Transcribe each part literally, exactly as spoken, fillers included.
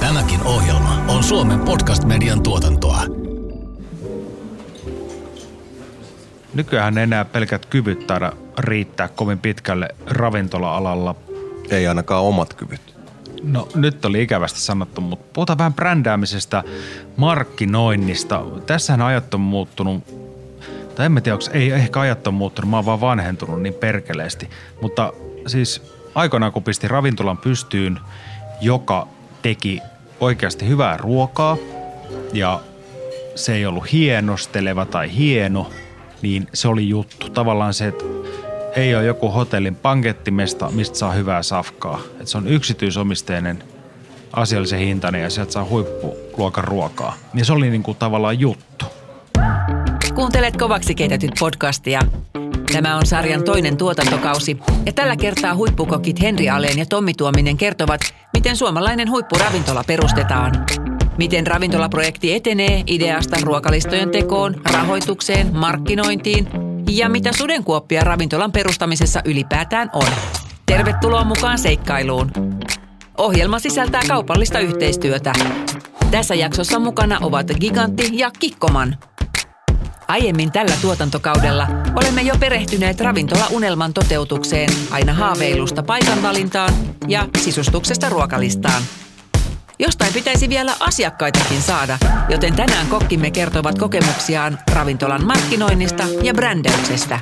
Tämäkin ohjelma on Suomen podcast-median tuotantoa. Nykyään enää pelkät kyvyt taida riittää kovin pitkälle ravintola-alalla. Ei ainakaan omat kyvyt. No nyt oli ikävästi sanottu, mutta puhutaan vähän brändäämisestä, markkinoinnista. Tässähän ajat on muuttunut, tai en mä tiedä, onko, ei ehkä ajat on muuttunut, mä oon vaan vanhentunut niin perkeleesti. Mutta siis aikoinaan kun pisti ravintolan pystyyn, joka teki oikeasti hyvää ruokaa ja se ei ollut hienosteleva tai hieno, niin se oli juttu. Tavallaan se, että ei ole joku hotellin pankettimesta, mistä saa hyvää safkaa. Että se on yksityisomisteinen, asiallisen hintainen ja sieltä saa huippuluokan ruokaa. Ja se oli niinku tavallaan juttu. Kuuntelet Kovaksi keitettyt podcastia. Tämä on sarjan toinen tuotantokausi ja tällä kertaa huippukokit Henri Aleen ja Tommi Tuominen kertovat, miten suomalainen huippuravintola perustetaan. Miten ravintolaprojekti etenee ideasta ruokalistojen tekoon, rahoitukseen, markkinointiin ja mitä sudenkuoppia ravintolan perustamisessa ylipäätään on. Tervetuloa mukaan seikkailuun. Ohjelma sisältää kaupallista yhteistyötä. Tässä jaksossa mukana ovat Gigantti ja Kikkoman. Aiemmin tällä tuotantokaudella olemme jo perehtyneet ravintola-unelman toteutukseen aina haaveilusta paikanvalintaan ja sisustuksesta ruokalistaan. Jostain pitäisi vielä asiakkaitakin saada, joten tänään kokkimme kertovat kokemuksiaan ravintolan markkinoinnista ja brändäyksestä.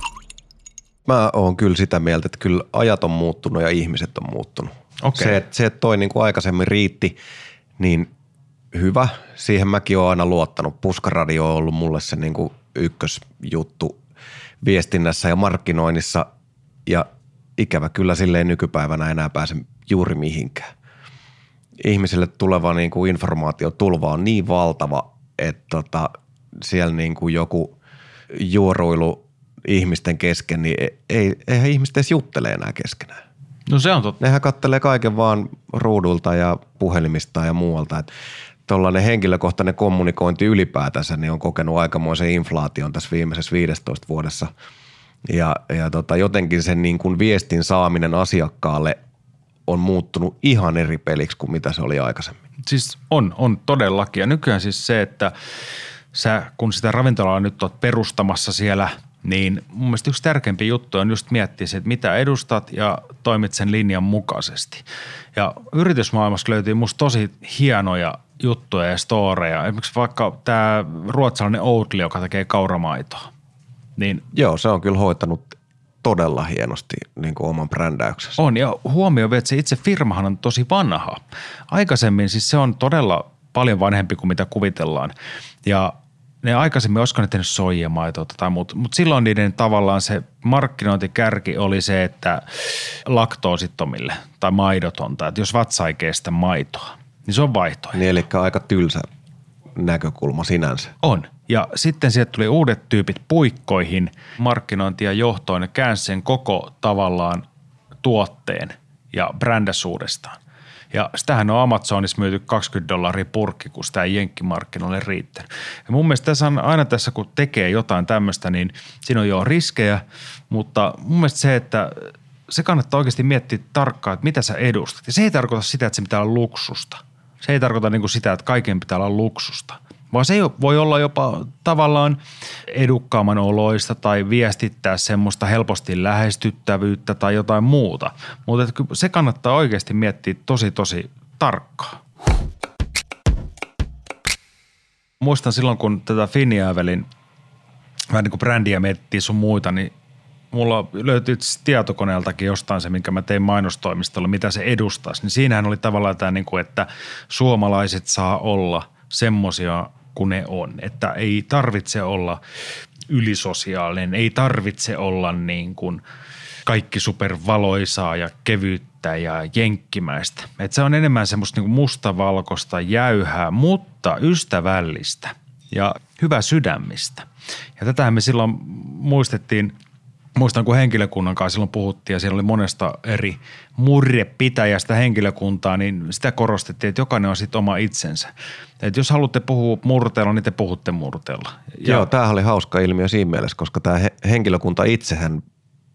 Mä oon kyllä sitä mieltä, että kyllä ajat on muuttunut ja ihmiset on muuttunut. Okei. Se, että se, että toi niin kuin aikaisemmin riitti, niin hyvä. Siihen mäkin oon aina luottanut. Puskaradio on ollut mulle se niin kuin ykkösjuttu viestinnässä ja markkinoinnissa ja ikävä kyllä silleen nykypäivänä enää pääse juuri mihinkään. Ihmisille tuleva niin kuin informaatiotulva on niin valtava, että tota, siellä niin kuin joku juoruilu ihmisten kesken, niin ei, eihän ihmiset edes juttele enää keskenään. No se on totta. Nehän kattelee kaiken vaan ruudulta ja puhelimista ja muualta. Että tuollainen henkilökohtainen kommunikointi ylipäätänsä niin on kokenut aikamoisen inflaation tässä viimeisessä viidessätoista vuodessa. Ja, ja tota, jotenkin sen niin kuin viestin saaminen asiakkaalle on muuttunut ihan eri peliksi kuin mitä se oli aikaisemmin. Siis on, on todellakin. Ja nykyään siis se, että sä kun sitä ravintolaa nyt oot perustamassa siellä, niin mun mielestä yksi tärkeimpi juttu on just miettiä se, että mitä edustat ja toimit sen linjan mukaisesti. Ja yritysmaailmassa löytyy musta tosi hienoja juttuja ja storeja. Esimerkiksi vaikka tämä ruotsalainen Oatly, joka tekee kauramaitoa. Niin joo, se on kyllä hoitanut todella hienosti niin kuin oman brändäyksensä. On, ja huomioon, että se itse firmahan on tosi vanha. Aikaisemmin siis se on todella paljon vanhempi kuin mitä kuvitellaan. Ja ne aikaisemmin, olisiko ne tehnyt soijamaitoa tai muuta, mutta silloin niiden tavallaan se markkinointikärki oli se, että laktoosittomille tai maidotonta, että jos vatsa ei kestä maitoa, niin se on vaihtoehto. Niin, eli aika tylsä näkökulma sinänsä. On. Ja sitten sieltä tuli uudet tyypit puikkoihin, markkinointi ja johtoon ja käänsi sen koko tavallaan tuotteen ja brändäsuudestaan. Ja sitähän on Amazonissa myyty kaksikymmentä dollaria purkki, kun sitä ei jenkkimarkkinoille riittänyt. Ja mun mielestä tässä on aina tässä, kun tekee jotain tämmöistä, niin siinä on jo riskejä, mutta mun mielestä se, että se kannattaa oikeasti miettiä tarkkaan, että mitä sä edustat. Ja se ei tarkoita sitä, että se pitää olla luksusta. Se ei tarkoita niin kuin sitä, että kaiken pitää olla luksusta. Vaan se voi olla jopa tavallaan edukkaamman oloista tai viestittää semmoista helposti lähestyttävyyttä tai jotain muuta. Mutta se kannattaa oikeasti miettiä tosi tosi tarkkaan. Muistan silloin, kun tätä Finiavelin vähän niin kuin brändiä miettii sun muita, niin mulla löytyi tietokoneeltakin jostain se, minkä mä tein mainostoimistolla, mitä se edustaisi. Niin siinähän oli tavallaan tämä, niin kuin, että suomalaiset saa olla semmoisia kun ne on. Että ei tarvitse olla ylisosiaalinen, ei tarvitse olla niin kuin kaikki supervaloisaa ja kevyttä ja jenkkimäistä. Että se on enemmän semmoista niin kuin mustavalkoista, jäyhää, mutta ystävällistä ja hyvä sydämistä. Ja tätähän me silloin muistettiin, muistan kun henkilökunnan kanssa silloin puhuttiin ja siellä oli monesta eri murrepitäjästä henkilökuntaa, niin sitä korostettiin, että jokainen on sitten oma itsensä. Että jos haluatte puhua murteella, niin te puhutte murteella. Ja joo, tämähän oli hauska ilmiö siinä mielessä, koska tämä henkilökunta itsehän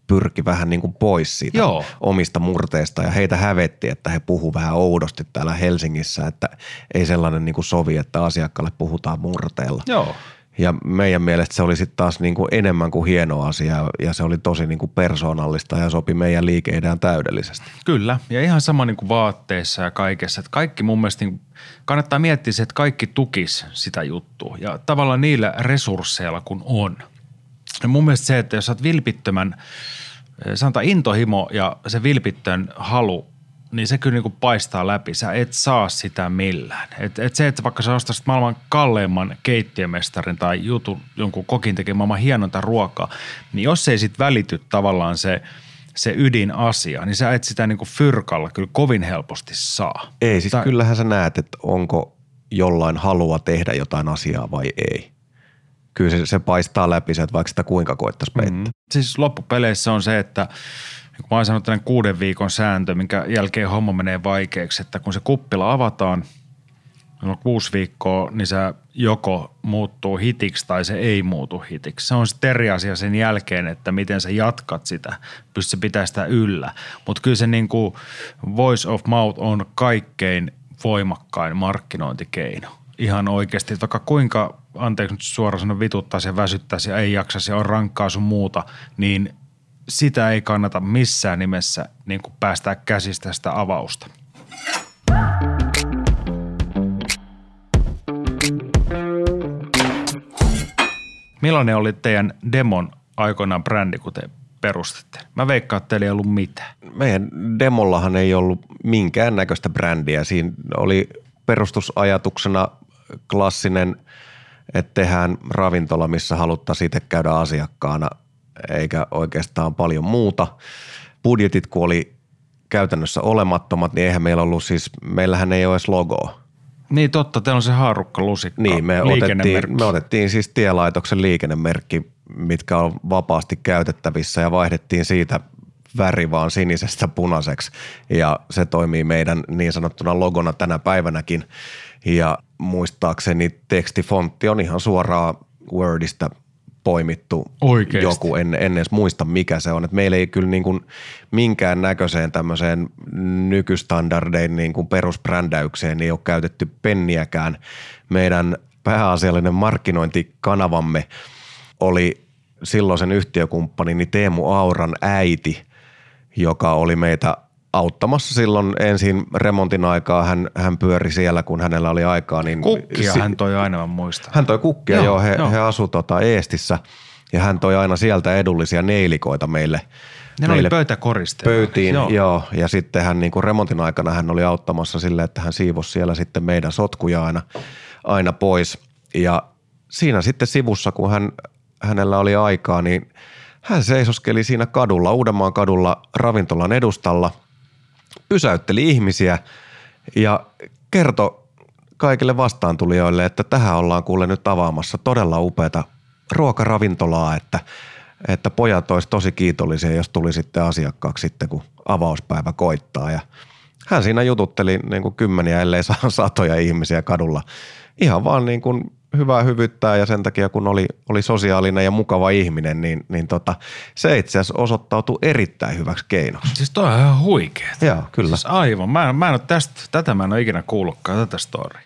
pyrki vähän niin kuin pois siitä Joo. omista murteista ja heitä hävetti, että he puhuu vähän oudosti täällä Helsingissä, että ei sellainen niin kuin sovi, että asiakkaalle puhutaan murteella. Joo. Ja meidän mielestä se oli sitten taas niin kuin enemmän kuin hieno asia ja se oli tosi niin kuin persoonallista ja sopi meidän liikeidään täydellisesti. Kyllä, ja ihan sama niin kuin vaatteissa ja kaikessa, että kaikki mun mielestä niin kannattaa miettiä se, että kaikki tukis sitä juttua ja tavallaan niillä resursseilla kun on. Ja mun mielestä se, että jos sä oot vilpittömän, sanotaan intohimo ja se vilpittön halu, niin se kyllä niin kuin paistaa läpi. Sä et saa sitä millään. Et, et se, että vaikka sä ostaisit maailman kalleimman keittiömestarin tai jutun, jonkun kokin tekemään maailman hienonta ruokaa, niin jos ei sit välity tavallaan se, se ydinasia, niin sä et sitä niin kuin fyrkalla kyllä kovin helposti saa. Ei, siis tai, kyllähän sä näet, että onko jollain halua tehdä jotain asiaa vai ei. Kyllä se, se paistaa läpi se, että vaikka sitä kuinka koittaisi peittää. Mm-hmm. Siis loppupeleissä on se, että kun mä oon sanonut tällainen kuuden viikon sääntö, minkä jälkeen homma menee vaikeaksi, että kun se kuppila avataan, on kuusi viikkoa, niin se joko muuttuu hitiksi tai se ei muutu hitiksi. Se on sitten eri asia sen jälkeen, että miten sä jatkat sitä, pystyt sä pitää sitä yllä. Mutta kyllä se niin kuin voice of mouth on kaikkein voimakkain markkinointikeino. Ihan oikeasti, että vaikka kuinka, anteeksi nyt suoraan sanoa, vituttaisi ja väsyttäisi ja ei jaksaisi ja on rankkaa sun muuta, niin sitä ei kannata missään nimessä niin kuin päästää käsistä sitä avausta. Millainen oli teidän demon aikoinaan brändi, kun te perustitte? Mä veikkaan, että teillä ei ollut mitään. Meidän demollahan ei ollut minkään näköistä brändiä. Siinä oli perustusajatuksena klassinen, että tehdään ravintola, missä haluttaisiin itse käydä asiakkaana, eikä oikeastaan paljon muuta. Budjetit, kun oli käytännössä olemattomat, niin eihän meillä ollut siis, meillähän ei ole edes logoa. Niin totta, teillä on se haarukka, lusikka, niin, me otettiin, me otettiin siis tielaitoksen liikennemerkki, mitkä on vapaasti käytettävissä ja vaihdettiin siitä väri vaan sinisestä punaiseksi ja se toimii meidän niin sanottuna logona tänä päivänäkin ja muistaakseni tekstifontti on ihan suoraan Wordista poimittu. Oikeasti. Joku, en, en edes muista mikä se on. Et meillä ei kyllä niin kuin minkään näköiseen tämmöiseen nykystandardein niin kuin perusbrändäykseen niin ei ole käytetty penniäkään. Meidän pääasiallinen markkinointikanavamme oli silloisen yhtiökumppanini Teemu Auran äiti, joka oli meitä auttamassa silloin ensin remontin aikaa. Hän, hän pyöri siellä, kun hänellä oli aikaa. Niin kukkia si- hän toi aina, mä muistan. Hän toi kukkia, joo. joo he, joo. he asuivat tota Eestissä ja hän toi aina sieltä edullisia neilikoita meille. Ne meille oli pöytäkoristeja. Pöytiin, joo. joo. Ja sitten hän niin kuin remontin aikana hän oli auttamassa sille, että hän siivosi siellä sitten meidän sotkuja aina, aina pois. Ja siinä sitten sivussa, kun hän, hänellä oli aikaa, niin hän seisoskeli siinä kadulla, Uudenmaan kadulla ravintolan edustalla, pysäytteli ihmisiä ja kertoi kaikille vastaantulijoille, että tähän ollaan kuule nyt avaamassa todella upeata ruokaravintolaa, että, että pojat olisi tosi kiitollisia, jos tuli sitten asiakkaaksi sitten, kun avauspäivä koittaa. Ja hän siinä jututteli niin kuin kymmeniä, ellei satoja ihmisiä kadulla. Ihan vaan niin kuin hyvää hyvyyttää ja sen takia, kun oli, oli sosiaalinen ja mukava ihminen, niin, niin tota, se itse asiassa osoittautui erittäin hyväksi keinoksi. Siis toi on ihan huikeeta. Joo, kyllä. Siis aivan. Mä en, mä en ole tästä, tätä mä en ole ikinä kuullutkaan, tätä storya.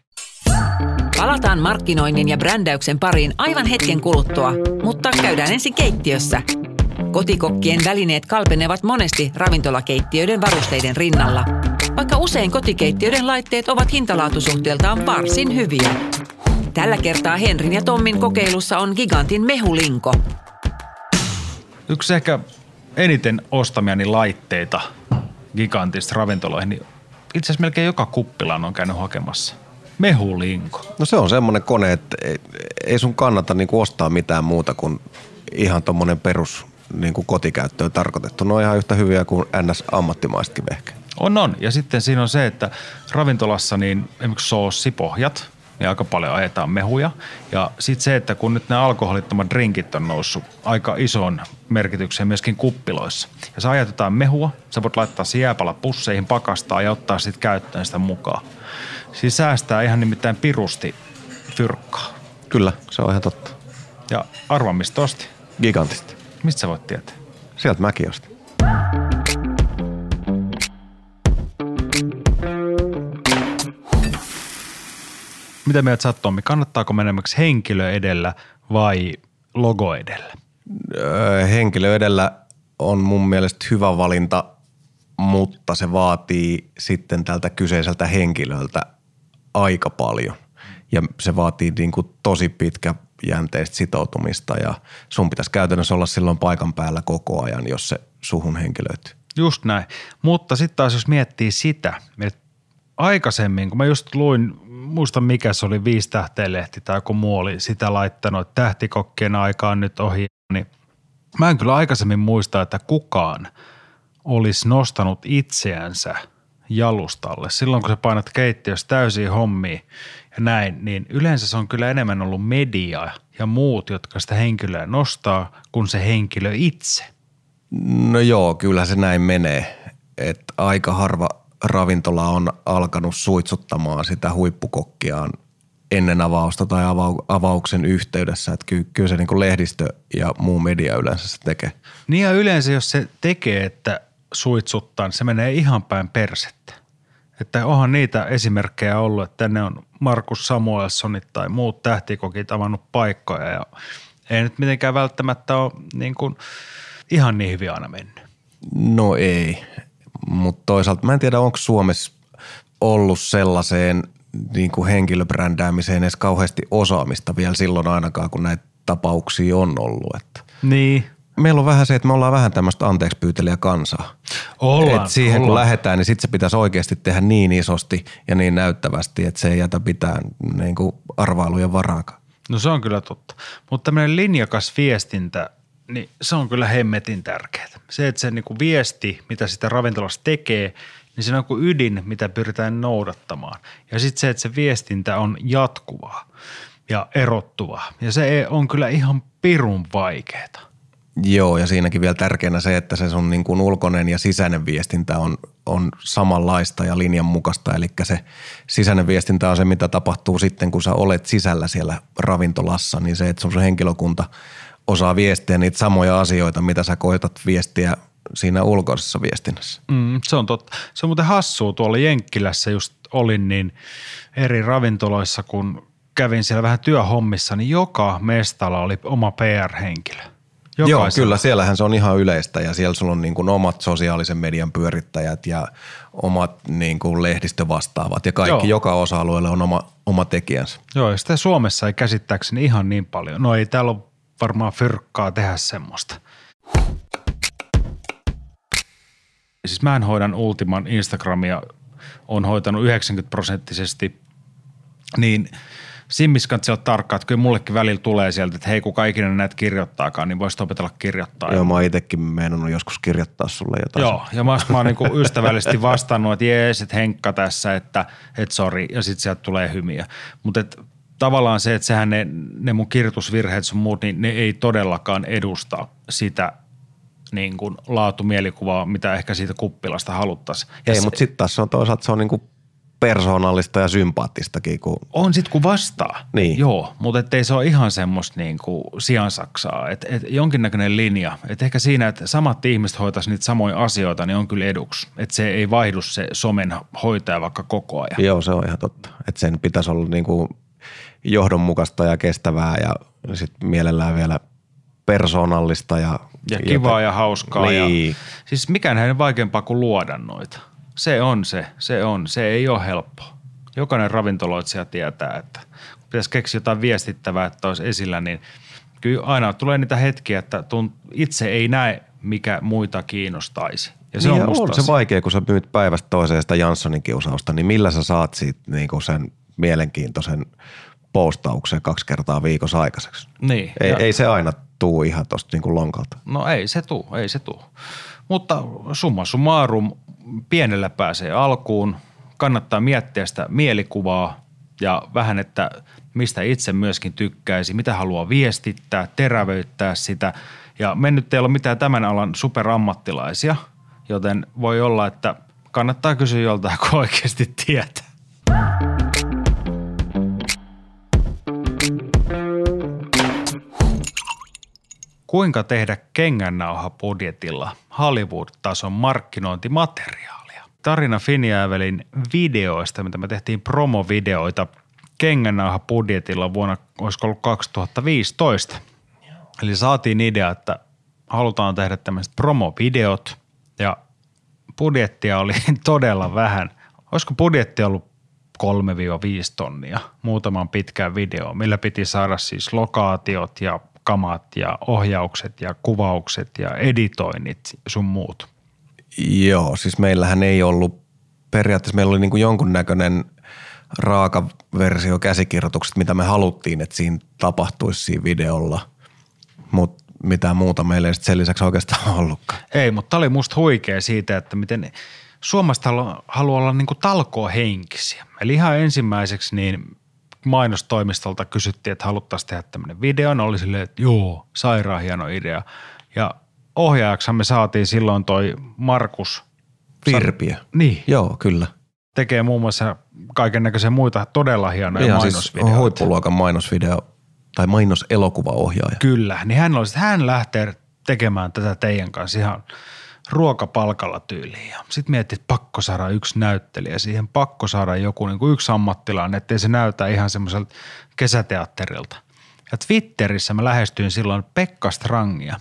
Palataan markkinoinnin ja brändäyksen pariin aivan hetken kuluttua, mutta käydään ensin keittiössä. Kotikokkien välineet kalpenevat monesti ravintolakeittiöiden varusteiden rinnalla, vaikka usein kotikeittiöiden laitteet ovat hintalaatusuhteeltaan varsin hyviä. Tällä kertaa Henrin ja Tommin kokeilussa on Gigantin mehulinko. Yksi ehkä eniten ostamiani laitteita Gigantista ravintoloihin, niin itse asiassa melkein joka kuppilaan on käynyt hakemassa. Mehulinko. No se on semmoinen kone, että ei sun kannata niinku ostaa mitään muuta kuin ihan tommonen perus niinku kotikäyttöön tarkoitettu. Ne on ihan yhtä hyviä kuin N S-ammattimaisetkin vehkeet. On, on. Ja sitten siinä on se, että ravintolassa niin esimerkiksi soossipohjat, niin aika paljon ajetaan mehuja. Ja sitten se, että kun nyt nämä alkoholittomat drinkit on noussut aika ison merkitykseen myöskin kuppiloissa. Ja sä ajatetaan mehua, sä voit laittaa se jääpalapusseihin, pakastaa ja ottaa sitten käyttöön sitä mukaan. Siis säästää ihan nimittäin pirusti fyrkkaa. Kyllä, se on ihan totta. Ja arvaa, mistä osti? Gigantista. Mistä sä voit tietää? Sieltä mäkin ostin. Mitä mieltä sä oot, Tommi? Kannattaako menemäksi henkilö edellä vai logo edellä? Öö, henkilö edellä on mun mielestä hyvä valinta, mutta se vaatii sitten tältä kyseiseltä henkilöltä aika paljon. Ja se vaatii niin kuin tosi pitkäjänteistä sitoutumista ja sun pitäisi käytännössä olla silloin paikan päällä koko ajan, jos se suhun henkilöityy. Just näin. Mutta sitten taas jos miettii sitä, että aikaisemmin, kun mä just luin, muista mikä se oli, Viisi tähteä-lehti tai joku muu oli sitä laittanut, että tähtikokkien aika on nyt ohi, niin mä en kyllä aikaisemmin muista, että kukaan olisi nostanut itseänsä jalustalle. Silloin kun sä painat keittiössä täysiä hommia ja näin, niin yleensä se on kyllä enemmän ollut media ja muut, jotka sitä henkilöä nostaa, kuin se henkilö itse. No joo, kyllä se näin menee, että aika harva ravintola on alkanut suitsuttamaan sitä huippukokkiaan ennen avausta tai avauksen yhteydessä, että kyllä, kyllä se niin kuin lehdistö ja muu media yleensä se tekee. Niin ja yleensä jos se tekee, että suitsuttaa, niin se menee ihan päin persettä. Että onhan niitä esimerkkejä ollut, että tänne on Markus Samuelssonit tai muut tähtikokit avannut paikkoja ja ei nyt mitenkään välttämättä ole niin kuin ihan niin hyvin aina mennyt. No ei, mutta toisaalta mä en tiedä, onko Suomessa ollut sellaiseen niin kuin henkilöbrändäämiseen edes kauheasti osaamista vielä silloin ainakaan, kun näitä tapauksia on ollut. Että Niin. Meillä on vähän se, että me ollaan vähän tämmöistä anteeksi pyytelijä kansaa. Ollaan. Et siihen ollaan. kun lähdetään, niin sitten se pitäisi oikeasti tehdä niin isosti ja niin näyttävästi, että se ei jätä pitää niin kuin arvailujen varaakaan. No se on kyllä totta. Mutta tämmöinen linjakas viestintä, niin se on kyllä hemmetin tärkeää. Se, että se niin kuin viesti, mitä sitä ravintolassa tekee, niin se on kuin ydin, mitä pyritään noudattamaan. Ja sitten se, että se viestintä on jatkuvaa ja erottuvaa. Ja se on kyllä ihan pirun vaikeaa. Joo, ja siinäkin vielä tärkeänä se, että se sun niin kuin ulkoinen ja sisäinen viestintä on, on samanlaista ja linjan mukaista. Eli se sisäinen viestintä on se, mitä tapahtuu sitten, kun sä olet sisällä siellä ravintolassa, niin se, että sun henkilökunta osaa viestiä niitä samoja asioita, mitä sä koetat viestiä siinä ulkoisessa viestinnässä. Mm, se on totta. Se on muuten hassua. Tuolla Jenkkilässä just olin niin eri ravintoloissa, kun kävin siellä vähän työhommissa, niin joka mestalla oli oma P R-henkilö. Joo, kyllä. Siellähän se on ihan yleistä ja siellä sulla on niin kuin omat sosiaalisen median pyörittäjät ja omat niin kuin lehdistövastaavat ja kaikki. Joo. Joka osa-alueelle on oma, oma tekijänsä. Joo, ja sitä Suomessa ei käsittääkseni ihan niin paljon. No ei täällä ole varmaan fyrkkaa tehdä semmoista. Siis mä en hoidan Ultiman Instagramia, on hoitanut yhdeksänkymmentä prosenttisesti, niin Simmis kannattaa olla tarkkaa, että kyllä mullekin välillä tulee sieltä, että hei, kuka ikinä näitä kirjoittaakaan, niin voisit opetella kirjoittaa. Joo, mä oon itsekin meinannut joskus kirjoittaa sulle jotain. Joo, ja mä, mä oon niinku ystävällisesti vastannut, että jees, että Henkka tässä, että et sori, ja sitten sieltä tulee hymiä. Mutta tavallaan se, että sehän ne, ne mun kirjoitusvirheet sun muut, niin ne ei todellakaan edusta sitä niin kuin laatumielikuvaa, mitä ehkä siitä kuppilasta haluttaisiin. Ei, mutta sitten taas se on toisaalta se on niin kuin persoonallista ja sympaattistakin. Kun on sit kun vastaa. Niin. Joo, mutta ettei se ole ihan semmoista niin kuin siansaksaa. Että et jonkinnäköinen linja. Että ehkä siinä, että samat ihmiset hoitaisi niitä samoja asioita, niin on kyllä eduksi. Että se ei vaihdu se somen hoitaja vaikka koko ajan. Joo, se on ihan totta. Että sen pitäisi olla niin kuin johdonmukaista ja kestävää ja sitten mielellään vielä persoonallista. Ja, ja kivaa joten ja hauskaa. Niin. Ja, siis mikään ei ole vaikeampaa kuin luoda noita. Se on se, se on. Se ei ole helppo. Jokainen ravintoloitsija tietää, että kun pitäisi keksiä jotain viestittävää, että olisi esillä, niin kyllä aina tulee niitä hetkiä, että itse ei näe, mikä muita kiinnostaisi. Ja se niin on, musta on se vaikea, kun sä myyt päivästä toiseen sitä Janssonin kiusausta, niin millä sä saat siitä niinku sen mielenkiintoisen postauksen kaksi kertaa viikossa aikaiseksi? Niin. Ei, ei se aina tuu ihan tosta niinku lonkalta. No ei se tuu, ei se tuu. Mutta summa summarum, pienellä pääsee alkuun, kannattaa miettiä sitä mielikuvaa ja vähän, että mistä itse myöskin tykkäisi, mitä haluaa viestittää, terävöittää sitä. Ja me nyt ei ole mitään tämän alan superammattilaisia, joten voi olla, että kannattaa kysyä joltain, kun oikeasti tietää. Kuinka tehdä kengännauhabudjetilla Hollywood-tason markkinointimateriaalia? Tarina Finjävelin videoista, mitä me tehtiin promovideoita kengännauhabudjetilla vuonna, olisiko ollut kaksituhattaviisitoista. Eli saatiin idea, että halutaan tehdä tämmöiset promovideot ja budjettia oli todella vähän. Olisiko budjetti ollut kolme viisi tonnia muutaman pitkään videoon, millä piti saada siis lokaatiot ja kamat ja ohjaukset ja kuvaukset ja editoinnit sun muut. Joo, siis meillähän ei ollut, periaatteessa meillä oli niin kuin jonkunnäköinen raaka versio käsikirjoitukset, mitä me haluttiin, että siinä tapahtuisi siinä videolla, mutta mitään muuta meillä ei sen lisäksi oikeastaan ollutkaan. Ei, mutta tämä oli musta huikea siitä, että miten Suomesta haluaa olla niin kuin talkoohenkisiä. Eli ihan ensimmäiseksi niin mainostoimistolta kysyttiin, että haluttaisiin tehdä tämmöinen video. Ne oli silleen, että joo, sairaan hieno idea. Ja ohjaajaksihan me saatiin silloin toi Markus Virpiö. Niin. Joo, kyllä. Tekee muun muassa kaiken näköisiä muita todella hienoja ihan mainosvideoita. Siis huippuluokan mainosvideo tai mainoselokuvaohjaaja. Kyllä, niin hän olisi, että hän lähtee tekemään tätä teidän kanssa ihan ruokapalkalla tyyliin. Sitten mietit, että pakko saada yksi näyttelijä, siihen pakko saada joku niin kuin yksi ammattilainen, ettei se näytä ihan semmoiselta kesäteatterilta. Ja Twitterissä mä lähestyin silloin Pekka Strangia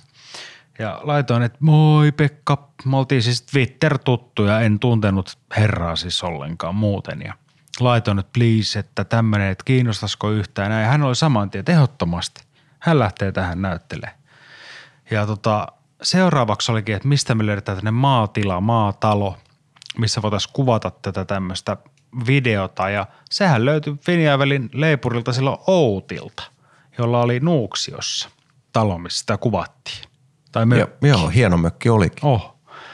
ja laitoin, että moi Pekka, me oltiin siis Twitter-tuttuja, en tuntenut herraa siis ollenkaan muuten ja laitoin nyt please, että tämmöinen, että kiinnostaisiko yhtään näin. Hän oli saman tien ehdottomasti. Hän lähtee tähän näyttelemään. Ja tota, seuraavaksi olikin, että mistä me löydetään tänne maatila, maatalo, missä voitaisiin kuvata tätä tämmöistä videota. Ja sehän löytyi Finjävelin leipurilta silloin Outilta, jolla oli Nuuksiossa talo, missä sitä kuvattiin. Tai mökki. Joo, hieno mökki olikin. Oh.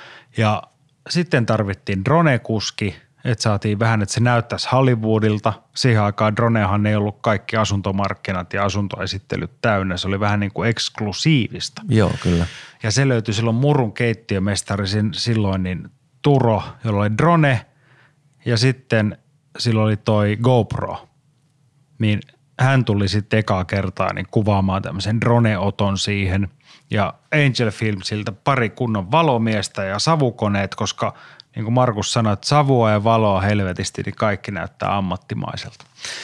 Ja sitten tarvittiin dronekuski, että saatiin vähän, että se näyttäisi Hollywoodilta. Siihen aikaan dronehan ei ollut kaikki asuntomarkkinat ja asuntoesittelyt täynnä. Se oli vähän niin kuin eksklusiivista. Joo, kyllä. Ja se löytyi silloin Murun keittiömestari silloin niin Turo, jolla oli drone ja sitten silloin oli toi GoPro. Niin hän tuli sitten ekaa kertaa niin kuvaamaan tämmöisen drone-oton siihen ja Angel Filmsiltä pari kunnon valomiestä ja savukoneet, koska niin kuin Markus sanoi, että savua ja valoa helvetisti, niin kaikki näyttää ammattimaiselta.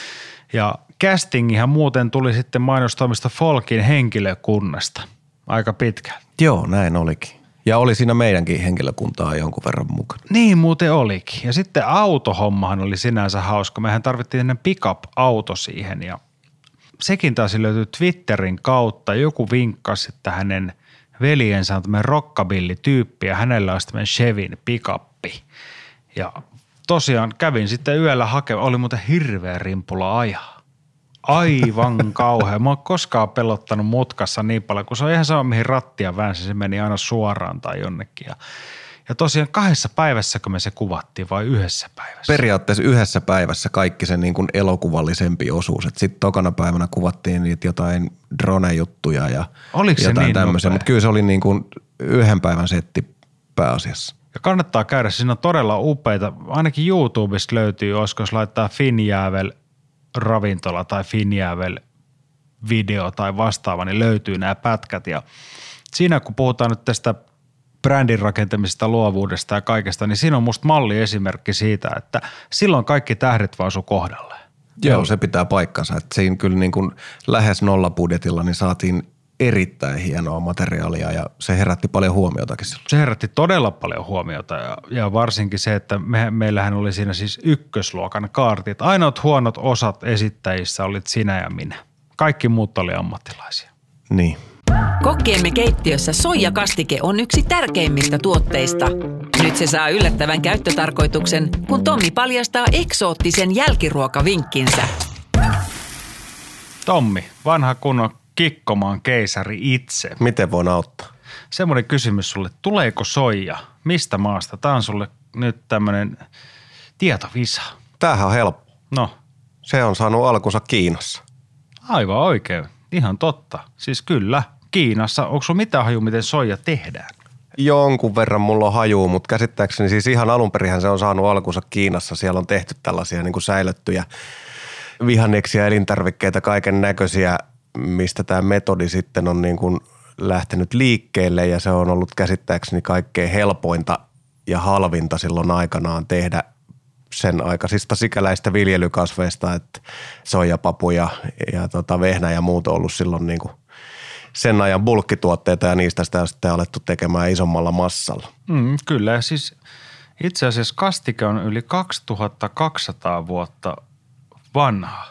Ja castingihan muuten tuli sitten mainostoimista Folkin henkilökunnasta aika pitkään. Joo, näin olikin. Ja oli siinä meidänkin henkilökuntaa jonkun verran mukana. Niin muuten olikin. Ja sitten autohommahan oli sinänsä hauska. Mehän tarvittiin ennen pick-up-auto siihen ja sekin taas löytyi Twitterin kautta. Joku vinkkasi, että hänen veljensä on tämmöinen rockabilly-tyyppi ja hänellä olisi tämmöinen Chevin pick-uppi. Ja tosiaan kävin sitten yöllä hakemaan. Oli muuten hirveä rimpula ajaa. Aivan kauhea. Mä oon koskaan pelottanut mutkassa niin paljon, kun se on ihan sama mihin rattia väänsi. Se meni aina suoraan tai jonnekin. Ja, ja tosiaan kahdessa päivässä, kun me se kuvattiin vai yhdessä päivässä? Periaatteessa yhdessä päivässä kaikki se niin kuin elokuvallisempi osuus. Sitten tokana päivänä kuvattiin niitä jotain drone-juttuja ja oliko se jotain niin tämmöisiä. Mutta kyllä se oli niin kuin yhden päivän setti pääasiassa. Ja kannattaa käydä. Siinä on todella upeita. Ainakin YouTubesta löytyy, olisiko jos laittaa Finjävel ravintola tai Finjävel video tai vastaava, niin löytyy nämä pätkät. Ja siinä kun puhutaan nyt tästä brändin rakentamisesta, luovuudesta ja kaikesta, niin siinä on musta malliesimerkki siitä, että silloin kaikki tähdet vaan sun kohdalleen. Joo, se pitää paikkansa. Että siinä kyllä niin kuin lähes nollabudjetilla niin saatiin erittäin hienoa materiaalia ja se herätti paljon huomiotakin silloin. Se herätti todella paljon huomiota ja, ja varsinkin se, että me, meillähän oli siinä siis ykkösluokan kaartit. Ainoat huonot osat esittäjissä olit sinä ja minä. Kaikki muut oli ammattilaisia. Niin. Kokkiemme keittiössä soijakastike on yksi tärkeimmistä tuotteista. Nyt se saa yllättävän käyttötarkoituksen, kun Tommi paljastaa eksoottisen jälkiruokavinkkinsä. Tommi, vanha kunnon Kikkomaan keisari itse. Miten voin auttaa? Semmoinen kysymys sulle, tuleeko soija? Mistä maasta? Tämä on sulle nyt tämmöinen tietovisa. Tämähän on helppo. No. Se on saanut alkunsa Kiinassa. Aivan oikein. Ihan totta. Siis kyllä, Kiinassa. Onko sulla mitään haju, miten soija tehdään? Jonkun verran mulla on hajuu, mutta käsittääkseni siis ihan alunperinhän se on saanut alkunsa Kiinassa. Siellä on tehty tällaisia niin kuin säilyttyjä vihanneksia, elintarvikkeita, kaiken näköisiä, mistä tämä metodi sitten on niin kuin lähtenyt liikkeelle ja se on ollut käsittääkseni kaikkein helpointa ja halvinta silloin aikanaan tehdä sen aikaisista sikäläistä viljelykasveista, että soijapapu ja, ja tota vehnä ja muut on ollut silloin niin kuin sen ajan bulkkituotteita ja niistä sitä on sitten alettu tekemään isommalla massalla. Mm, kyllä, siis itse asiassa kastike on yli kaksituhattakaksisataa vuotta vanha.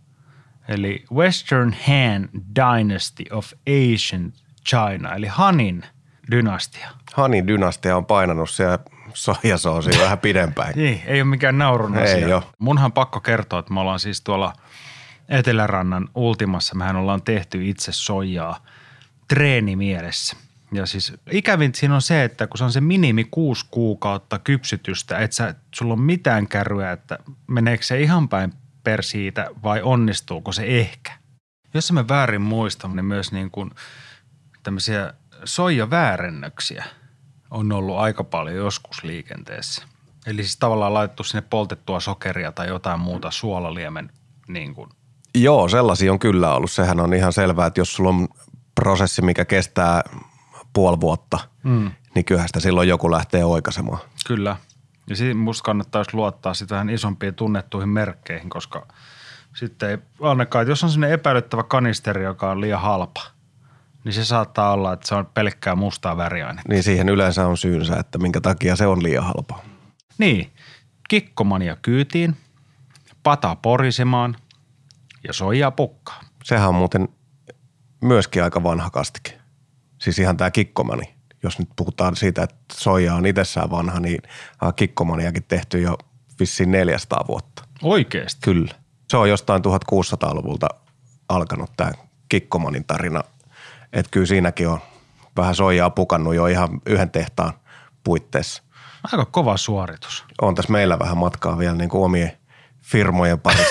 Eli Western Han Dynasty of Ancient China, eli Hanin dynastia. Hanin dynastia on painanut siellä soijasoosia vähän pidempään. Niin, ei ole mikään naurun asia. Ei ole. Munhan pakko kertoa, että me ollaan siis tuolla Etelärannan Ultimassa, mehän ollaan tehty itse soijaa treenimielessä. Ja siis ikävintä siinä on se, että kun se on se minimi kuusi kuukautta kypsytystä, että sä, sulla on mitään kärryä, että meneekö se ihan päin per siitä vai onnistuuko se ehkä. Jos mä väärin muistan, niin myös niin kuin tämmöisiä soijaväärennöksiä on ollut aika paljon joskus liikenteessä. Eli siis tavallaan laitettu sinne poltettua sokeria tai jotain muuta suolaliemen niin kuin. Joo, sellaisia on kyllä ollut. Sehän on ihan selvää, että jos sulla on prosessi, mikä kestää puoli vuotta, mm. niin kyllähän sitä silloin joku lähtee oikaisemaan. Kyllä. Ja siinä musta kannattaisi luottaa sitä vähän isompiin tunnettuihin merkkeihin, koska sitten ei ainakaan, että jos on sellainen epäilyttävä kanisteri, joka on liian halpa, niin se saattaa olla, että se on pelkkää mustaa väriainetta. Niin siihen yleensä on syynsä, että minkä takia se on liian halpa. Niin. Kikkomania kyytiin, pata porisemaan ja soijaa pukkaa. Sehän on muuten myöskin aika vanha kastike. Siis ihan tämä kikkomani. Jos nyt puhutaan siitä, että soija on itsessään vanha, niin kikkomaniakin tehty jo vissiin neljäsataa vuotta. Oikeesti? Kyllä. Se on jostain tuhatkuusisataaluvulta alkanut tämä kikkomanin tarina. Että kyllä siinäkin on vähän soijaa pukannut jo ihan yhden tehtaan puitteissa. Aika kova suoritus. On tässä meillä vähän matkaa vielä niin kuin omien firmojen parissa.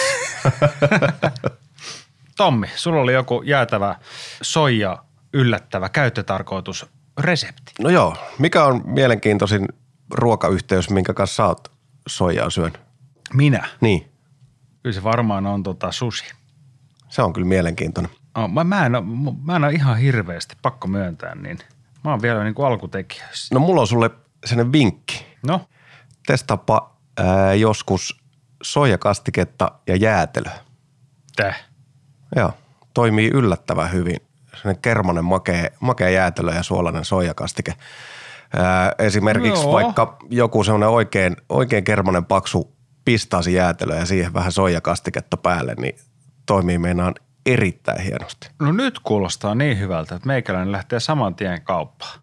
Tommi, sulla oli joku jäätävä soija yllättävä käyttötarkoitus resepti. No joo, mikä on mielenkiintoisin ruokayhteys, minkä kanssa sä oot soijaa syönyt? Minä? Niin. Kyllä se varmaan on tota sushi. Se on kyllä mielenkiintoinen. Oh, mä, mä, en ole, mä en ole ihan hirveästi, pakko myöntää, niin mä oon vielä niin kuin alkutekijöissä. No mulla on sulle sellainen vinkki. No? Testaapa ää, joskus soijakastiketta ja jäätelöä. Täh? Joo, toimii yllättävän hyvin. Sellainen kermanen makea, makea jäätelö ja suolainen soijakastike. Ää, esimerkiksi Joo. vaikka joku sellainen oikein, oikein kermanen paksu pistaasi jäätelö ja siihen vähän soijakastiketta päälle, niin toimii meinaan erittäin hienosti. No nyt kuulostaa niin hyvältä, että meikäläinen lähtee saman tien kauppaan.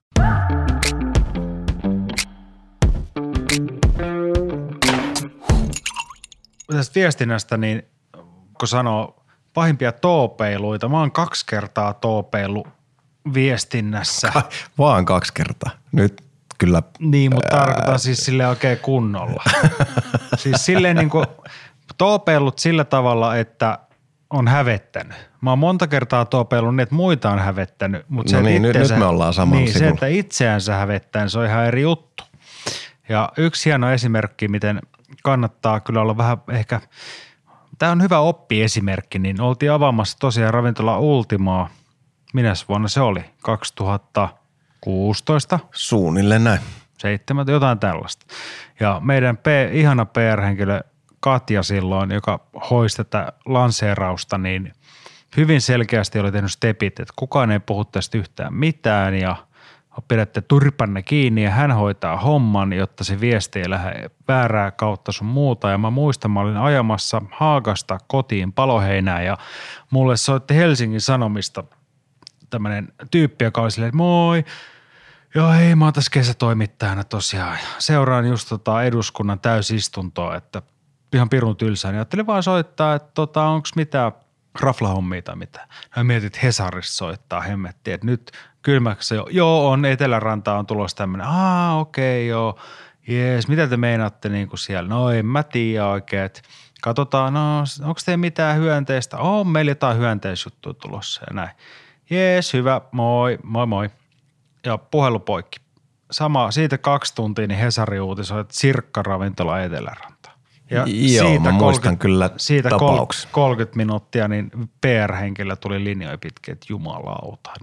Tästä viestinnästä, niin kun sanoo pahimpia toopeiluita, mä oon kaksi kertaa toopeilu viestinnässä. Vaan kaksi kertaa. Nyt kyllä. Niin, mutta tarkoitan siis silleen oikein kunnolla. Siis silleen niin kuin toopeillut sillä tavalla, että on hävettänyt. Mä oon monta kertaa toopeillut niin, että muita on hävettänyt. Mutta no se, niin, nyt, nyt me ollaan samalla niin, sivulla. Se, että itseänsä hävettää, se on ihan eri juttu. Ja yksi hieno esimerkki, miten kannattaa kyllä olla vähän ehkä, tämä on hyvä oppiesimerkki, niin oltiin avaamassa tosiaan ravintola Ultimaa. Minäs vuonna se oli? kaksituhattakuusitoista? Suunnilleen näin. Seitsemän, jotain tällaista. Ja meidän P, ihana P R-henkilö Katja silloin, joka hoisi tätä lanseerausta, niin hyvin selkeästi oli tehnyt stepit, että kukaan ei puhu tästä yhtään mitään ja pidätte turpanne kiinni ja hän hoitaa homman, jotta se viesti ei lähde väärää kautta sun muuta. Ja mä muistan, mä olin ajamassa Haagasta kotiin Paloheinään ja mulle soitti Helsingin Sanomista tämmöinen tyyppi, joka oli silleen, että moi, joo hei, mä oon tässä kesätoimittajana tosiaan. Seuraan just tota eduskunnan täysistuntoa, että ihan pirun tylsää. Niin ajattelin vaan soittaa, että tota, onko mitään raflahommia tai mitään. Mä mietin, että Hesarissa soittaa hemmettiin, että nyt kylmäksi jo, joo on, Eteläranta on tulossa tämmöinen, aa okei okay, joo, jees, mitä te meinaatte niin kuin siellä? No en mä tiedä oikein, että katsotaan, no onko teillä mitään hyönteistä? On meillä jotain hyönteisjuttua tulossa ja näin. Jees, hyvä, moi, moi moi. Ja puhelu poikki. Sama, siitä kaksi tuntia, niin Hesari uutisoi, että Sirkka-ravintola Etelärantaan. Ja Joo, siitä mä muistan kyllä siitä tapauksen. kolmekymmentä minuuttia, niin P R-henkilö tuli linjoja pitkin, että jumalauta, nyt,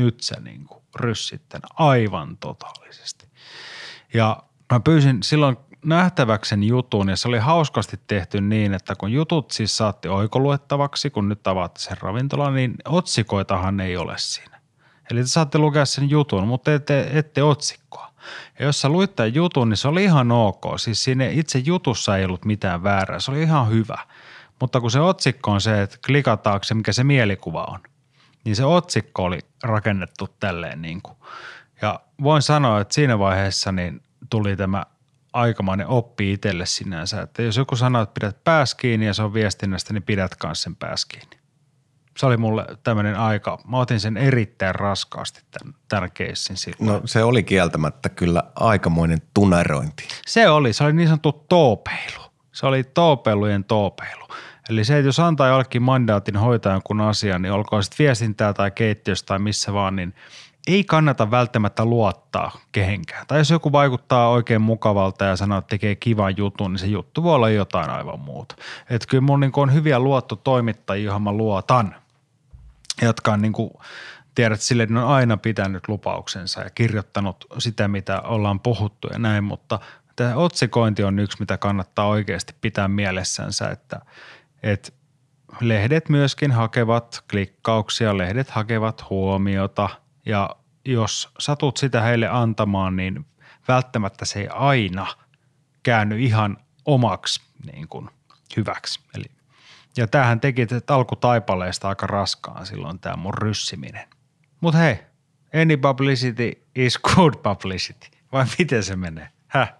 nyt sä niin kuin ryssit tän aivan totaalisesti. Ja mä pyysin silloin nähtäväksen jutun ja se oli hauskasti tehty niin, että kun jutut siis saatti oikoluettavaksi, kun nyt avaatte sen ravintolan, niin otsikoitahan ei ole siinä. Eli te saatte lukea sen jutun, mutta ette, ette otsikkoa. Ja jos sä luit tämän jutun, niin se oli ihan ok. Siis siinä itse jutussa ei ollut mitään väärää, se oli ihan hyvä. Mutta kun se otsikko on se, että klikataanko se, mikä se mielikuva on, niin se otsikko oli rakennettu tälleen niin kuin. Ja voin sanoa, että siinä vaiheessa niin tuli tämä aikamoinen oppi itselle sinänsä, että jos joku sanoo, että pidät pääs kiinni ja se on viestinnästä, niin pidät kanssa sen pääs kiinni. Se oli mulle tämmöinen aika, mä otin sen erittäin raskaasti tämän, tämän keissin silloin. No se oli kieltämättä kyllä aikamoinen tunerointi. Se oli, se oli niin sanottu toopeilu. Se oli toopeilujen toopeilu. Eli se, että jos antaa jollekin mandaatin hoitaa jonkun asian, niin olkoon sitten viestintää tai keittiössä tai missä vaan, niin ei kannata välttämättä luottaa kehenkään. Tai jos joku vaikuttaa oikein mukavalta ja sanoo, että tekee kivan jutun, niin se juttu voi olla jotain aivan muuta. Että kyllä mun niin on hyviä luottotoimittajia, johon mä luotan, jotka on niin kuin, tiedät silleen, että ne on aina pitänyt lupauksensa ja kirjoittanut sitä, mitä ollaan puhuttu ja näin, mutta tämä otsikointi on yksi, mitä kannattaa oikeasti pitää mielessänsä, että, että lehdet myöskin hakevat klikkauksia, lehdet hakevat huomiota ja jos satut sitä heille antamaan, niin välttämättä se ei aina käänny ihan omaksi niin kuin hyväksi. Eli, ja tämähän teki alkutaipaleesta aika raskaan silloin tämä mun ryssiminen. Mutta hei, any publicity is good publicity. Vai miten se menee? Häh?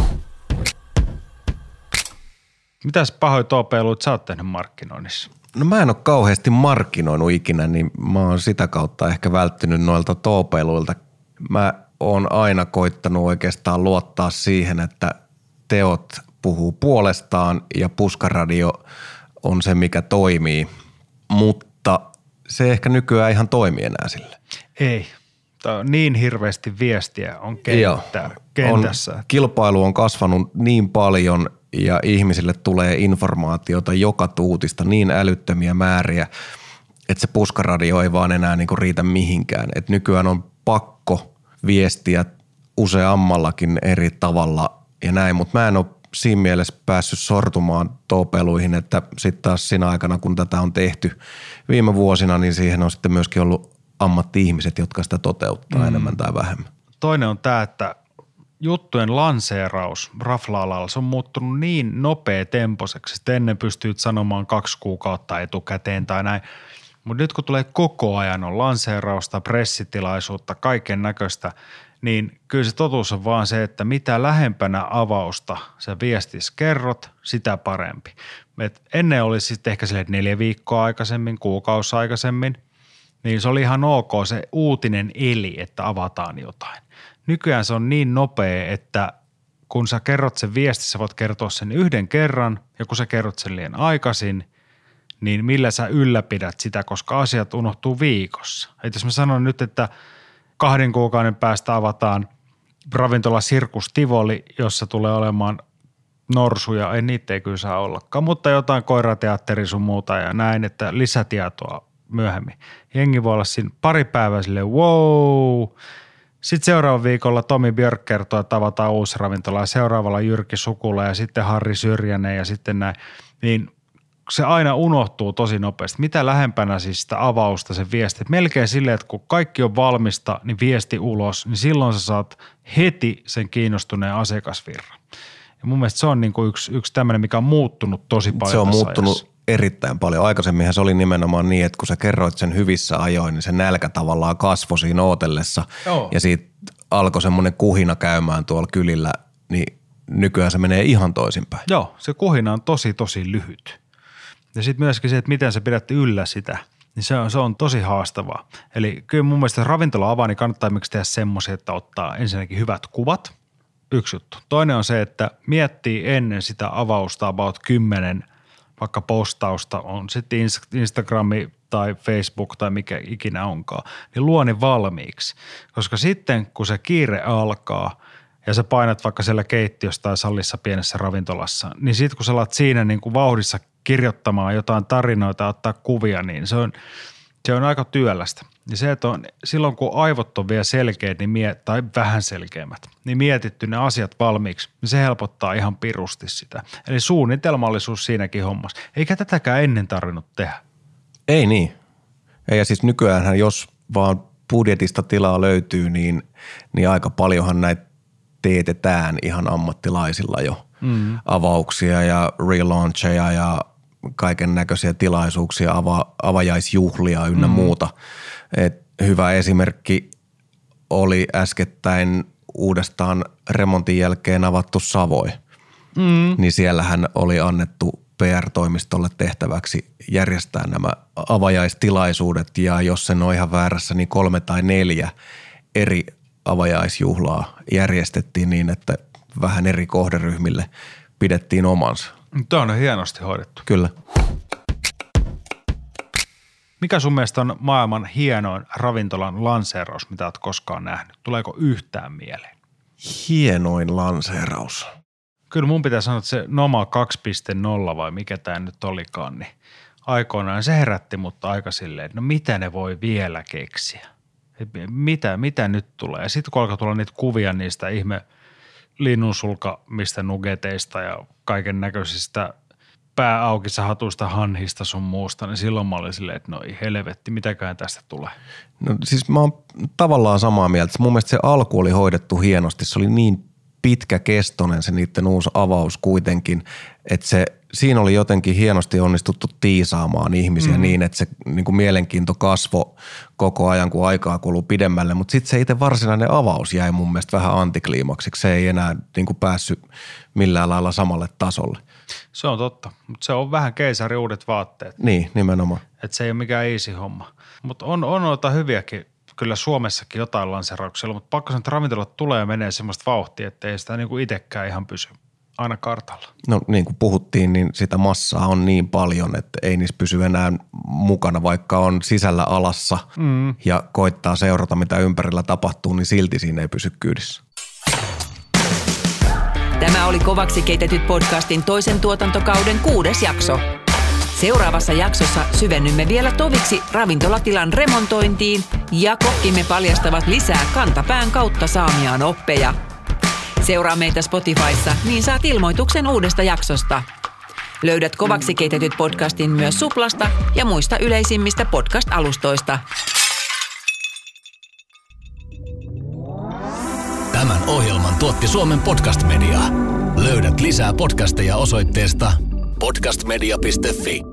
Mitäs pahoin toopeiluit sä oot tehnyt markkinoinnissa? No mä en ole kauheasti markkinoinut ikinä, niin mä oon sitä kautta ehkä välttynyt noilta toopeiluilta. Mä oon aina koittanut oikeastaan luottaa siihen, että teot puhuu puolestaan ja Puskaradio on se, mikä toimii, mutta se ehkä nykyään ihan toimii enää sille. Ei. Niin hirveästi viestiä on kenttää, kentässä. On, kilpailu on kasvanut niin paljon ja ihmisille tulee informaatiota joka tuutista niin älyttömiä määriä, että se Puskaradio ei vaan enää niinku riitä mihinkään. Et nykyään on pakko viestiä useammallakin eri tavalla ja näin, mutta mä en ole siinä mielessä päässyt sortumaan toopeluihin, että sitten taas siinä aikana, kun tätä on tehty viime vuosina, niin siihen on sitten myöskin ollut ammatti-ihmiset, jotka sitä toteuttaa mm. enemmän tai vähemmän. Toinen on tämä, että juttujen lanseeraus rafla-alalla, se on muuttunut niin nopea-tempoiseksi, että ennen pystyy sanomaan kaksi kuukautta etukäteen tai näin. Mutta nyt kun tulee koko ajan on lanseerausta, pressitilaisuutta, kaiken näköistä, niin kyllä se totuus on vaan se, että mitä lähempänä avausta sä viestis kerrot, sitä parempi. Et ennen oli sitten ehkä silleen neljä viikkoa aikaisemmin, kuukausi aikaisemmin, niin se oli ihan ok se uutinen eli, että avataan jotain. Nykyään se on niin nopea, että kun sä kerrot sen viesti, sä voit kertoa sen yhden kerran ja kun sä kerrot sen liian aikaisin, niin millä sä ylläpidät sitä, koska asiat unohtuu viikossa. Et jos mä sanon nyt, että kahden kuukauden päästä avataan ravintola Sirkus Tivoli, jossa tulee olemaan norsuja, ei niitä ei kyllä saa ollakaan, mutta jotain koirateatteri sun muuta ja näin, että lisätietoa myöhemmin. Jengi voi olla siinä pari päivää silleen, wow. Sitten seuraavan viikolla Tomi Björk kertoo, että avataan uusi ravintola ja seuraavalla Jyrki Sukula ja sitten Harri Syrjänen ja sitten näin. Niin se aina unohtuu tosi nopeasti. Mitä lähempänä siis sitä avausta se viesti. Että melkein silleen, että kun kaikki on valmista, niin viesti ulos, niin silloin sä saat heti sen kiinnostuneen asiakasvirran. Ja mun mielestä se on niin kuin yksi, yksi tämmöinen, mikä on muuttunut tosi paljon. Se on muuttunut ajassa. Erittäin paljon. Aikaisemminhan se oli nimenomaan niin, että kun sä kerroit sen hyvissä ajoin, niin se nälkä tavallaan kasvoi siinä ootellessa. Joo. Ja siitä alkoi semmoinen kuhina käymään tuolla kylillä, niin nykyään se menee ihan toisinpäin. Joo, se kuhina on tosi tosi lyhyt. Ja sitten myöskin se, että miten sä pidät yllä sitä, niin se on, se on tosi haastavaa. Eli kyllä mun mielestä ravintola avaa, niin kannattaa miksi tehdä semmoisia, että ottaa ensinnäkin hyvät kuvat. Yksi juttu. Toinen on se, että miettii ennen sitä avausta about kymmenen vaikka postausta, on sitten Instagrami tai Facebook tai mikä ikinä onkaan, niin luo ne valmiiksi. Koska sitten kun se kiire alkaa ja sä painat vaikka siellä keittiössä tai sallissa pienessä ravintolassa, niin sitten kun sä alat siinä niin kuin vauhdissa kirjoittamaan jotain tarinoita, ottaa kuvia, niin se on, Se on aika työlästä. Ja se, että on, silloin kun aivot on vielä selkeät niin mie- tai vähän selkeämmät, niin mietitty ne asiat valmiiksi, niin se helpottaa ihan pirusti sitä. Eli suunnitelmallisuus siinäkin hommassa. Eikä tätäkään ennen tarvinnut tehdä. Ei niin. Ei, ja siis nykyäänhän jos vaan budjetista tilaa löytyy, niin, niin aika paljonhan näitä teetetään ihan ammattilaisilla jo. Mm. Avauksia ja relauncheja ja kaiken näköisiä tilaisuuksia, ava, avajaisjuhlia ynnä mm. muuta. Et hyvä esimerkki oli äskettäin uudestaan remontin jälkeen avattu Savoi. Mm. Niin siellähän oli annettu P R-toimistolle tehtäväksi järjestää nämä avajaistilaisuudet ja jos sen on ihan väärässä, niin kolme tai neljä eri avajaisjuhlaa järjestettiin niin, että vähän eri kohderyhmille pidettiin omansa. Tämä on hienosti hoidettu. Kyllä. Mikä sun mielestä on maailman hienoin ravintolan lanseeraus, mitä olet koskaan nähnyt? Tuleeko yhtään mieleen? Hienoin lanseeraus. Kyllä mun pitää sanoa, että se Noma kaksi piste nolla vai mikä tämä nyt olikaan, niin aikoinaan se herätti mutta aika silleen, että no mitä ne voi vielä keksiä? Mitä, mitä nyt tulee? Ja sitten kun alkaa tulla niitä kuvia niistä ihme linnunsulkamista nugeteista ja kaiken näköisistä pää auki sahatuista hanhista sun muusta, niin silloin mä olin silleen, että no ei helvetti, mitäkään tästä tulee. No siis mä oon tavallaan samaa mieltä. Mun mielestä se alku oli hoidettu hienosti. Se oli niin pitkäkestoinen se niiden uusi avaus kuitenkin, että se, siinä oli jotenkin hienosti onnistuttu tiisaamaan ihmisiä mm. niin, että se niin kuin mielenkiinto kasvoi koko ajan, kun aikaa kuluu pidemmälle, mutta sitten se itse varsinainen avaus jäi mun mielestä vähän antikliimaksiksi. Se ei enää niin kuin päässyt millään lailla samalle tasolle. Se on totta, mutta se on vähän keisari uudet vaatteet. Niin, nimenomaan. Että se ei ole mikään easy homma, mutta on, on noita hyviäkin. Kyllä Suomessakin jotain lanseerauksia, mutta pakko sanoa, että ravintolat tulee ja menee semmoista vauhtia, että ei sitä niinku itsekään ihan pysy aina kartalla. No niin kuin puhuttiin, niin sitä massaa on niin paljon, että ei niissä pysy enää mukana, vaikka on sisällä alassa mm. ja koittaa seurata, mitä ympärillä tapahtuu, niin silti siinä ei pysy kyydissä. Tämä oli Kovaksi keitetyt podcastin toisen tuotantokauden kuudes jakso. Seuraavassa jaksossa syvennymme vielä toviksi ravintolatilan remontointiin ja kokkimme paljastavat lisää kantapään kautta saamiaan oppeja. Seuraa meitä Spotifyssa, niin saat ilmoituksen uudesta jaksosta. Löydät Kovaksi keitetyt podcastin myös Suplasta ja muista yleisimmistä podcast-alustoista. Tämän ohjelman tuotti Suomen Podcast Media. Löydät lisää podcasteja osoitteesta podcast media piste fi.